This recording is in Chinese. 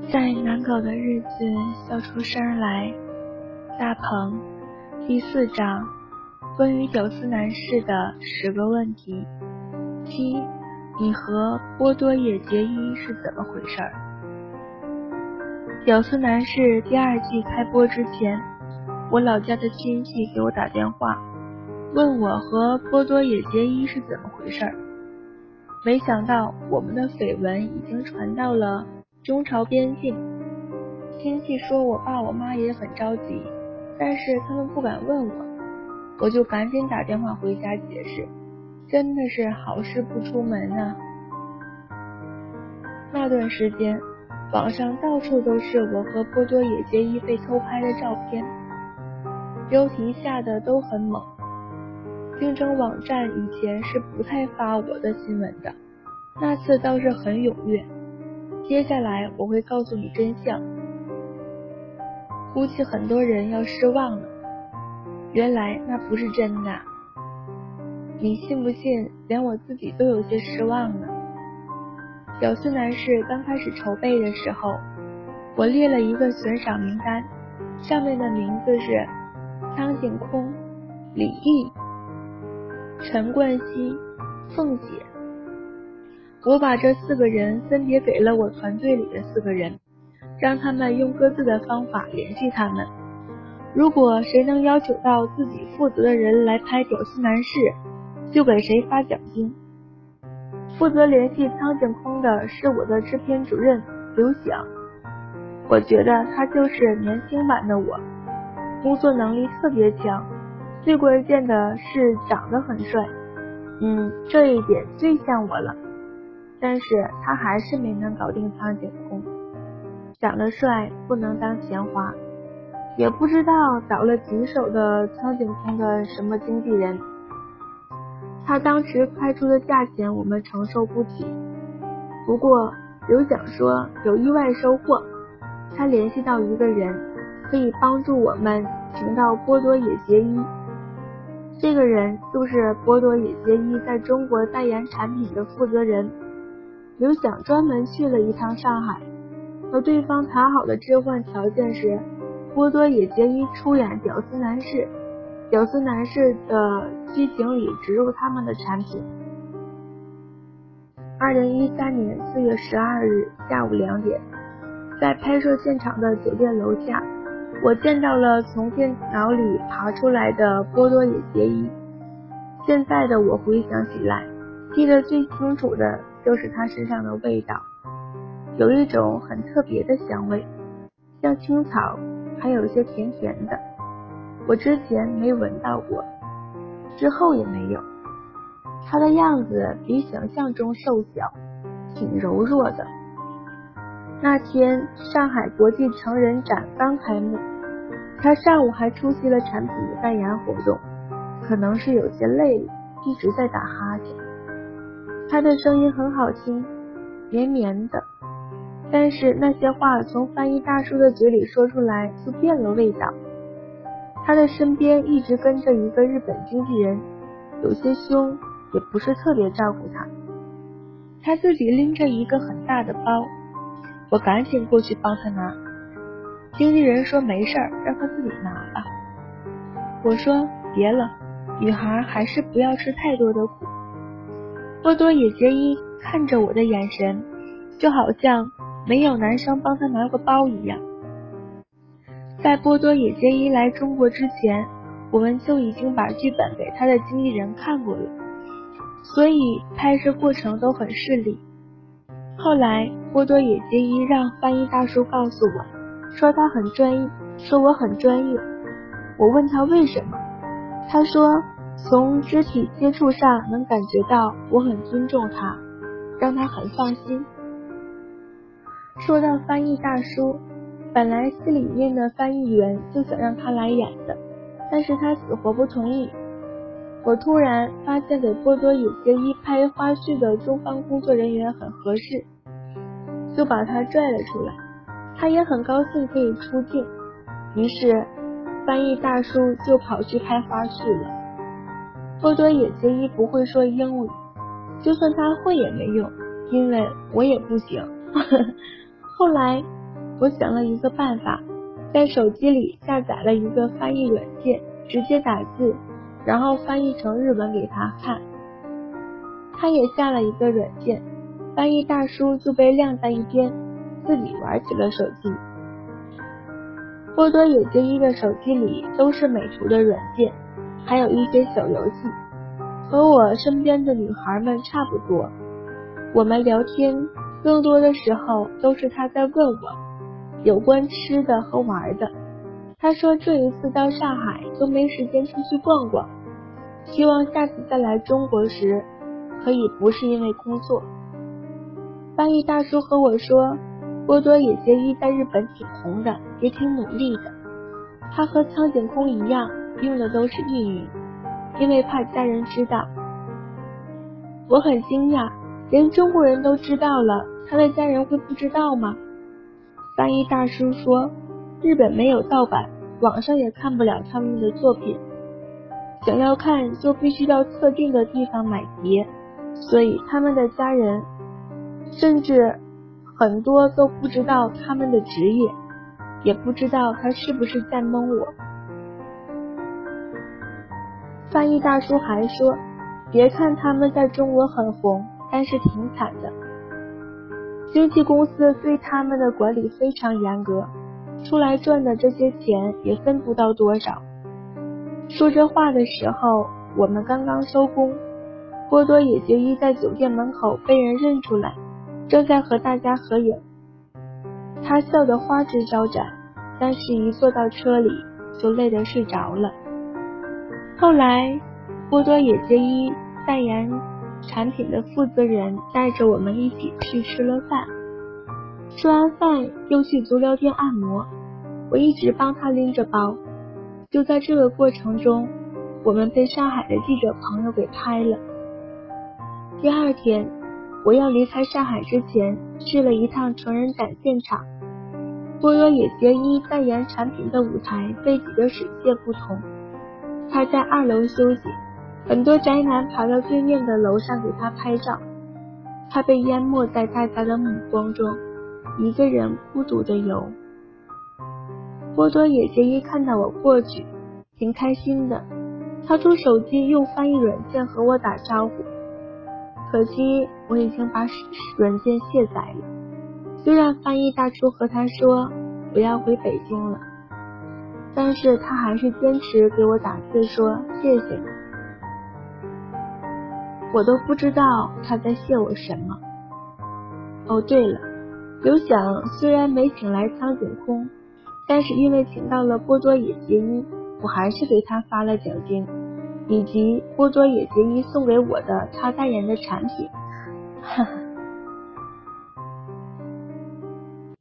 在难搞的日子笑出声来。大鹏，第4章，关于屌丝男士的10个问题。7，你和波多野结衣是怎么回事？屌丝男士第2季开播之前，我老家的亲戚给我打电话，问我和波多野结衣是怎么回事。没想到我们的绯闻已经传到了中朝边境。亲戚说我爸我妈也很着急，但是他们不敢问我就赶紧打电话回家解释，真的是好事不出门啊。那段时间网上到处都是我和波多野结衣被偷拍的照片，标题下的都很猛。竞争网站以前是不太发我的新闻的，那次倒是很踊跃。接下来我会告诉你真相，估计很多人要失望了，原来那不是真的。你信不信，连我自己都有些失望了。屌丝男士刚开始筹备的时候，我列了一个悬赏名单，上面的名字是苍井空、李毅、陈冠希、凤姐。我把这4个人分别给了我团队里的4个人，让他们用各自的方法联系他们。如果谁能要求到自己负责的人来拍屌丝男士，就给谁发奖金。负责联系苍井空的是我的制片主任刘翔，我觉得他就是年轻版的我，工作能力特别强，最关键的是长得很帅，这一点最像我了。但是他还是没能搞定苍井空，长得帅不能当闲话，也不知道找了几手的苍井空的什么经纪人，他当时开出的价钱我们承受不起。不过刘想说有意外收获，他联系到一个人可以帮助我们请到波多野结衣，这个人就是波多野结衣在中国代言产品的负责人。刘想专门去了一趟上海，和对方谈好的置换条件是波多野结衣出演屌丝男士，屌丝男士的剧情里植入他们的产品。2013年4月12日下午2点，在拍摄现场的酒店楼下，我见到了从电脑里爬出来的波多野结衣。现在的我回想起来，记得最清楚的就是他身上的味道，有一种很特别的香味，像青草，还有些甜甜的，我之前没闻到过，之后也没有。他的样子比想象中瘦小，挺柔弱的。那天上海国际成人展刚开幕，他上午还出席了产品的代言活动，可能是有些累了，一直在打哈欠。他的声音很好听，绵绵的，但是那些话从翻译大叔的嘴里说出来就变了味道。他的身边一直跟着一个日本经纪人，有些凶，也不是特别照顾他。他自己拎着一个很大的包，我赶紧过去帮他拿。经纪人说没事儿，让他自己拿吧。我说别了，女孩还是不要吃太多的苦。波多野结衣看着我的眼神，就好像没有男生帮他拿过包一样。在波多野结衣来中国之前，我们就已经把剧本给他的经纪人看过了，所以拍摄过程都很顺利。后来波多野结衣让翻译大叔告诉我，说他很专业，说我很专业。我问他为什么，他说从肢体接触上能感觉到我很尊重他，让他很放心。说到翻译大叔，本来戏里面的翻译员就想让他来演的，但是他死活不同意。我突然发现给波多野结衣拍花絮的中方工作人员很合适，就把他拽了出来，他也很高兴可以出镜，于是翻译大叔就跑去拍花絮了。波多野结衣不会说英语，就算他会也没用，因为我也不行。后来我想了一个办法，在手机里下载了一个翻译软件，直接打字，然后翻译成日文给他看。他也下了一个软件，翻译大叔就被晾在一边，自己玩起了手机。波多野结衣的手机里都是美图的软件，还有一些小游戏，和我身边的女孩们差不多。我们聊天更多的时候都是他在问我有关吃的和玩的。他说这一次到上海都没时间出去逛逛，希望下次再来中国时可以不是因为工作。翻译大叔和我说，波多野结衣在日本挺红的，也挺努力的。他和苍井空一样，用的都是艺名，因为怕家人知道。我很惊讶，连中国人都知道了，他的家人会不知道吗？翻译大叔说，日本没有盗版，网上也看不了他们的作品，想要看就必须到特定的地方买碟，所以他们的家人甚至很多都不知道他们的职业，也不知道他是不是在蒙我。翻译大叔还说，别看他们在中国很红，但是挺惨的，经纪公司对他们的管理非常严格，出来赚的这些钱也分不到多少。说这话的时候，我们刚刚收工，波多野结衣在酒店门口被人认出来，正在和大家合影。他笑得花枝招展，但是一坐到车里就累得睡着了。后来波多野结衣代言产品的负责人带着我们一起去吃了饭，吃完饭又去足疗店按摩，我一直帮他拎着包。就在这个过程中，我们被上海的记者朋友给拍了。第二天我要离开上海之前，去了一趟成人展现场。波多野结衣代言产品的舞台被挤得水泄不通，他在2楼休息，很多宅男爬到对面的楼上给他拍照，他被淹没在大家的目光中，一个人孤独的游。波多野结衣看到我过去，挺开心的，掏出手机用翻译软件和我打招呼。可惜我已经把软件卸载了，就让翻译大叔和他说我要回北京了，但是他还是坚持给我打字说谢谢你。我都不知道他在谢我什么。哦对了，刘翔虽然没请来苍井空，但是因为请到了波多野结衣，我还是给他发了奖金，以及波多野结衣送给我的他代言的产品。